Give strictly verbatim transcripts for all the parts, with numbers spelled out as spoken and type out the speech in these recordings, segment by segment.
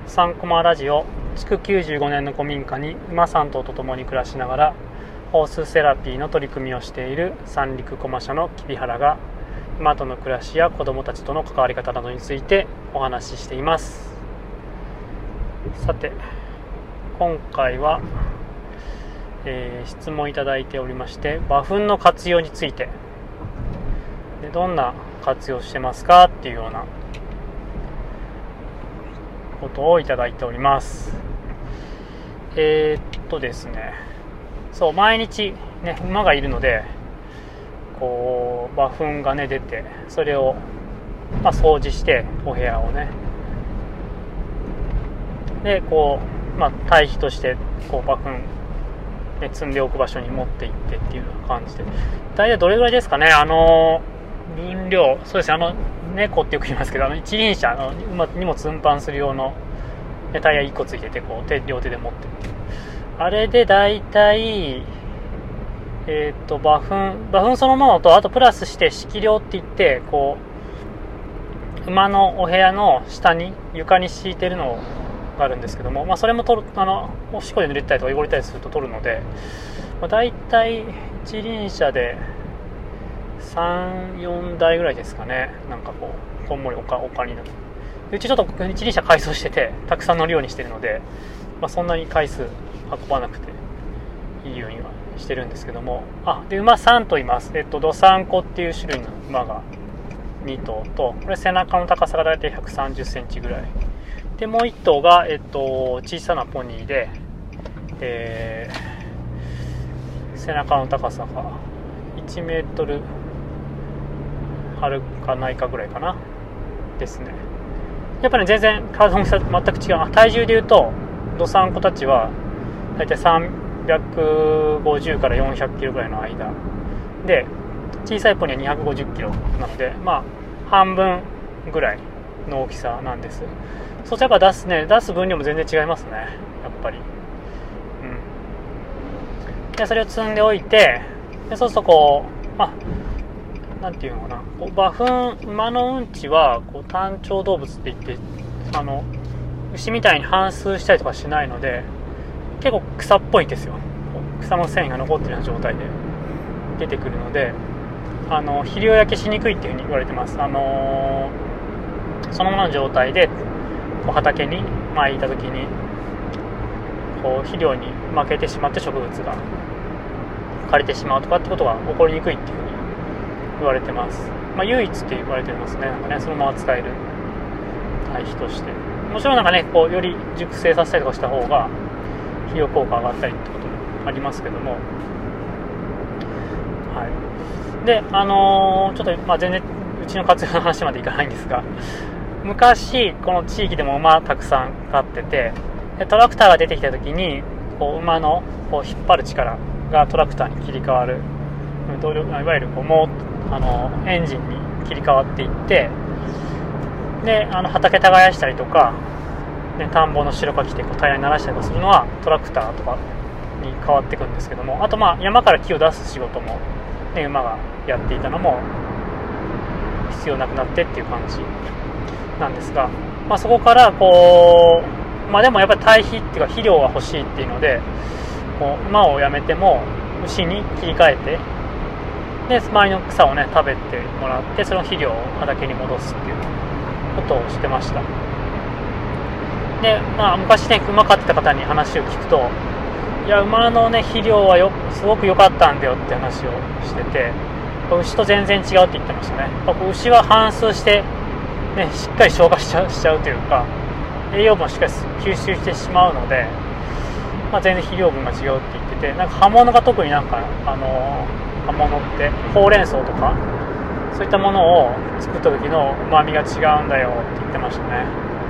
さんコマラジオ。築きゅうじゅうごねんの古民家に馬さん頭と共に暮らしながらホースセラピーの取り組みをしている三陸駒社の木原が馬との暮らしや子どもたちとの関わり方などについてお話ししています。さて、今回は、えー、質問いただいておりまして、馬糞の活用についてでどんな活用してますかっていうようなことをいただいております。えー、っとですねそう毎日ね馬がいるので、こう馬糞がね出て、それを、まあ、掃除してお部屋をねでこう、まあ、堆肥としてこう馬糞、ね、積んでおく場所に持って行ってっていうような感じで、大体どれぐらいですかね、あの分量、そうですね、あの猫ってよく言いますけど、あの一輪車の荷物運搬する用のタイヤいっこついてて、こう手両手で持ってっていう、あれで大体えっと馬糞馬糞そのものと、あとプラスして敷量って言って、こう馬のお部屋の下に床に敷いてるのがあるんですけども、まあ、それも取る、あのおしっこで濡れたりとか汚れたりすると取るので、まあ、大体一輪車でさん、よんだいぐらいですかね。なんかこうこんもり丘丘になる。うちちょっと一輪車改装しててたくさん乗るようにしてるので、まあ、そんなに回数運ばなくていいようにはしてるんですけども、あで馬さんといます。えっとどさんこっていう種類の馬がに頭と、これ背中の高さがだいたいひゃくさんじゅっセンチぐらいで、もういっ頭が、えっと、小さなポニーで、えー、背中の高さがいちメートルあるかないかぐらいかなですね。やっぱり、ね、全然体の大きさ全く違う。体重でいうとドサンコたちはだいたいさんびゃくごじゅうからよんひゃくキロぐらいの間で、小さいポニーはにひゃくごじゅっキロなので、まあ半分ぐらいの大きさなんです。そうするとやっぱ出すね出す分量も全然違いますね、やっぱり。うん。でそれを積んでおいて、でそうするとこうまあなんていうのかな、こう馬糞馬のうんちはこう単調動物って言って、あの牛みたいに反芻したりとかしないので、結構草っぽいんですよ。草の繊維が残っているような状態で出てくるので、あの肥料焼けしにくいっていうふうに言われてます。あのー、そのままの状態でこう畑にまいた時にこう肥料に負けてしまって植物が枯れてしまうとかってことが起こりにくいっていうふうに言われてます。まあ、唯一って言われてますね。なんかね、そのまま使える堆肥として。もちろんなんかね、こうより熟成させたりとかした方が肥料効果上がったりってこともありますけども、はい。で、あのー、ちょっとまあ全然うちの活用の話までいかないんですが、昔この地域でも馬たくさん飼ってて、でトラクターが出てきた時にこう馬のこう引っ張る力がトラクターに切り替わる、いわゆるこうモーあのエンジンに切り替わっていって、であの畑耕したりとか、ね、田んぼの白かきでこうタイヤに鳴らしたりとかするのはトラクターとかに変わっていくんですけども、あとまあ山から木を出す仕事も、ね、馬がやっていたのも必要なくなってっていう感じなんですが、まあ、そこからこう、まあ、でもやっぱり堆肥っていうか肥料が欲しいっていうので、こう馬をやめても牛に切り替えて、で周りの草をね食べてもらって、その肥料を畑に戻すっていうことをしてました。で、まあ、昔ね馬飼ってた方に話を聞くと、いや馬のね肥料はよすごく良かったんだよって話をしてて、牛と全然違うって言ってましたね。牛は反芻して、ね、しっかり消化しちゃう、しちゃうというか、栄養分をしっかり吸収してしまうので、まあ、全然肥料分が違うって言ってて、なんか葉物が特になんかあの葉物ってほうれん草とかそういったものを作った時の旨味が違うんだよって言ってましたね。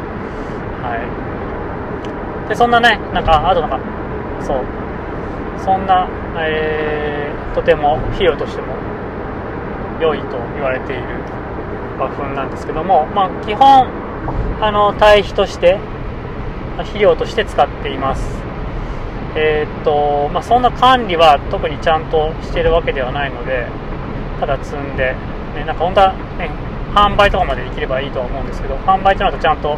はい。でそんなね、なんかあとなんかそうそんな、えー、とても肥料としても良いと言われている馬糞なんですけども、まあ、基本あの堆肥として肥料として使っています。えーっとまあ、そんな管理は特にちゃんとしているわけではないので、ただ積んで、ね、なんか本当は、ね、販売とかまでできればいいとは思うんですけど、販売となるとちゃんと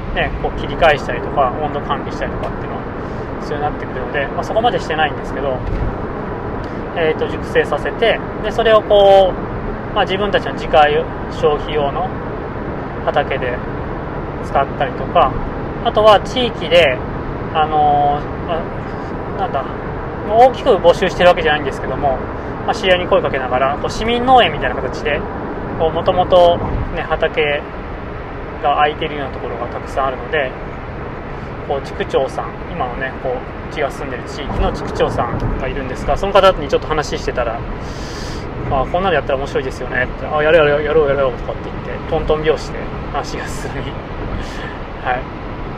ね、こう切り返したりとか温度管理したりとかっていうのは必要になってくるので、まあ、そこまでしてないんですけど、えー、と熟成させて、でそれをこう、まあ、自分たちの自家消費用の畑で使ったりとか、あとは地域で、あのーまあ、なんだ大きく募集してるわけじゃないんですけども、まあ、知り合いに声かけながらこう市民農園みたいな形でもともと畑が空いているようなところがたくさんあるので、こう地区長さん、今のねこううちが住んでる地域の地区長さんがいるんですが、その方にちょっと話してたら、あこんなのやったら面白いですよねって、あやるやるやろうやろうとかって言ってトントン拍子で話が進みはい、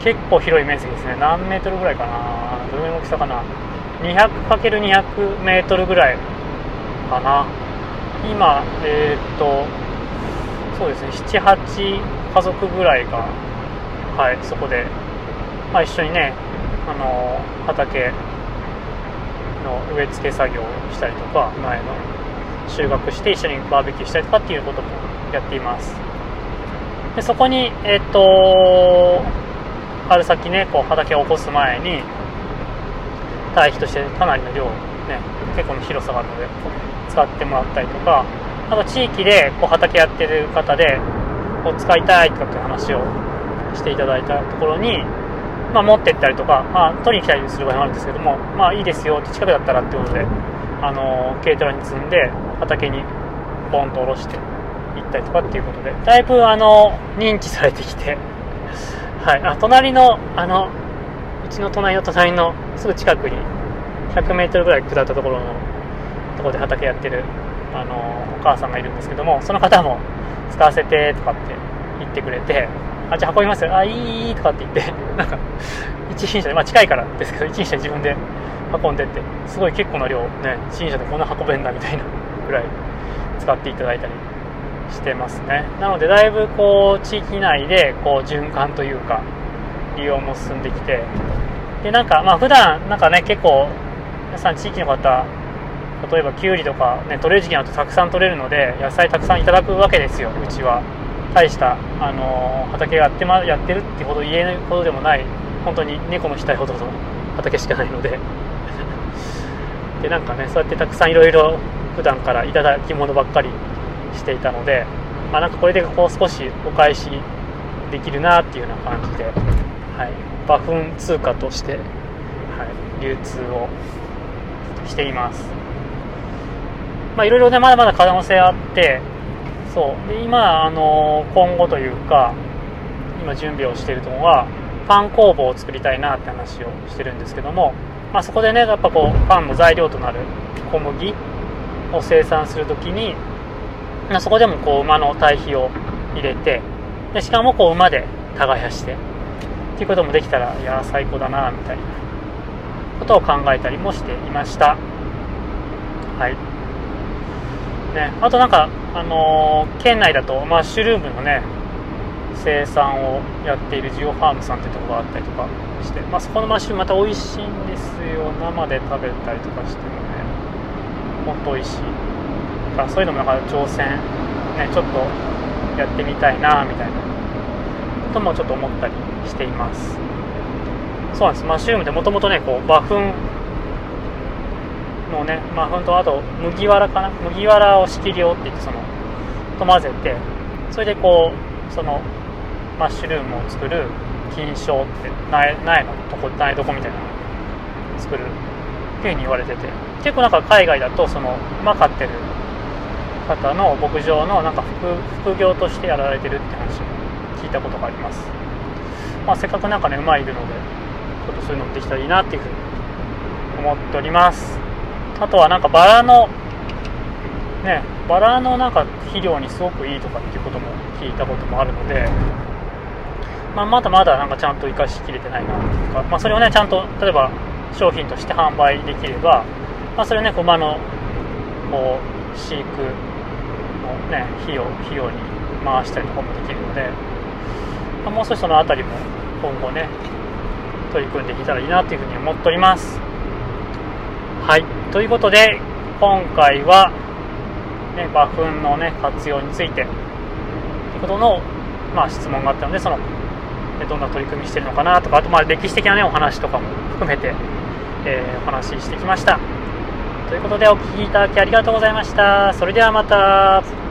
結構広い面積ですね。何メートルぐらいかな、どれぐらいの大きさかな、 にひゃくかけるにひゃく メートルぐらいかな。今えー、っとそうですね、ななはち家族ぐらいが、はい、そこで、まあ、一緒にね、あの畑の植え付け作業をしたりとか、苗の収穫して一緒にバーベキューしたりとかっていうこともやっています。でそこに、えー、っと春先ねこう畑を起こす前に堆肥としてかなりの量、ね、結構の広さがあるので使ってもらったりとか、あと地域でこう畑やってる方でこう使いたいとかっていう話をしていただいたところに、まあ、持ってったりとか、まあ、取りに来たりする場合もあるんですけども、まあいいですよって近くだったらってことで、あの軽トラに積んで畑にボンと下ろして行ったりとかっていうことで、だいぶあの認知されてきてはい、あ隣のあのうちの隣の隣のすぐ近くにひゃくメートルぐらい下ったところのところで畑やってるあのお母さんがいるんですけども、その方も使わせてとかって言ってくれて、あじゃあ運びますよ、あいいとかって言ってなんか一輪車で、まあ近いからですけど一輪車で自分で運んでって、すごい結構な量ね、一輪車でこんな運べんだみたいなぐらい使っていただいたりしてますね。なのでだいぶこう地域内でこう循環というか利用も進んできて、でなんかまあ普段なんかね結構皆さん地域の方、例えばきゅうりとかね取れる時期になるとたくさん取れるので野菜たくさんいただくわけですよ。うちは大したあのー、畑がやってまやってるってほど言えないほどでもない、本当に猫の額ほどの畑しかないのででなんかねそうやってたくさんいろいろ普段からいただき物ばっかりしていたので、まあ、なんかこれでこう少しお返しできるなっていうような感じで、はい、馬糞通貨として、はい、流通をしています。まあいろいろねまだまだ可能性あって、そうで今あの今後というか今準備をしているのはパン工房を作りたいなって話をしてるんですけども、まあ、そこでねやっぱこうパンの材料となる小麦を生産するときにそこでもこう馬の堆肥を入れて、でしかもこう馬で耕してっていうこともできたらいや最高だなみたいなことを考えたりもしていました。はいね、あとなんか、あのー、県内だとマッシュルームのね生産をやっているジオファームさんっていうところがあったりとかして、まあ、そこのマッシュルームまた美味しいんですよ。生で食べたりとかしてもねほんと美味しいから、そういうのもなんか挑戦、ね、ちょっとやってみたいなみたいなこともちょっと思ったりしています。そうなんです、マッシュルームってもともとねこう馬糞のね馬糞とあと麦わらかな麦わらを仕切りをって言ってそのと混ぜて、それでこうそのマッシュルームを作る菌床って苗苗のとこ苗床みたいなのを作るっていうふうに言われてて、結構なんか海外だとその馬飼ってる方の牧場のなんか 副, 副業としてやられてるって話を聞いたことがあります。まあ、せっかくなんかね馬いるのでちょっとそういうのもできたらいいなっていうふうに思っております。あとはなんかバラのねバラのなんか肥料にすごくいいとかっていうことも聞いたこともあるので、まあ、まだまだなんかちゃんと生かしきれてないなというか、まあ、それをねちゃんと例えば商品として販売できれば、まあ、それをね馬のこう飼育のね費用費用に回したりとかもできるので、まあ、もう少しそのあたりも今後ね取り組んでいけたらいいなというふうに思っております。はい、ということで今回は、ね、馬糞の、ね、活用についてということの、まあ、質問があったのでそのどんな取り組みしてるのかなとか、あとまあ歴史的な、ね、お話とかも含めて、えー、お話ししてきました。ということでお聞きいただきありがとうございました。それではまた。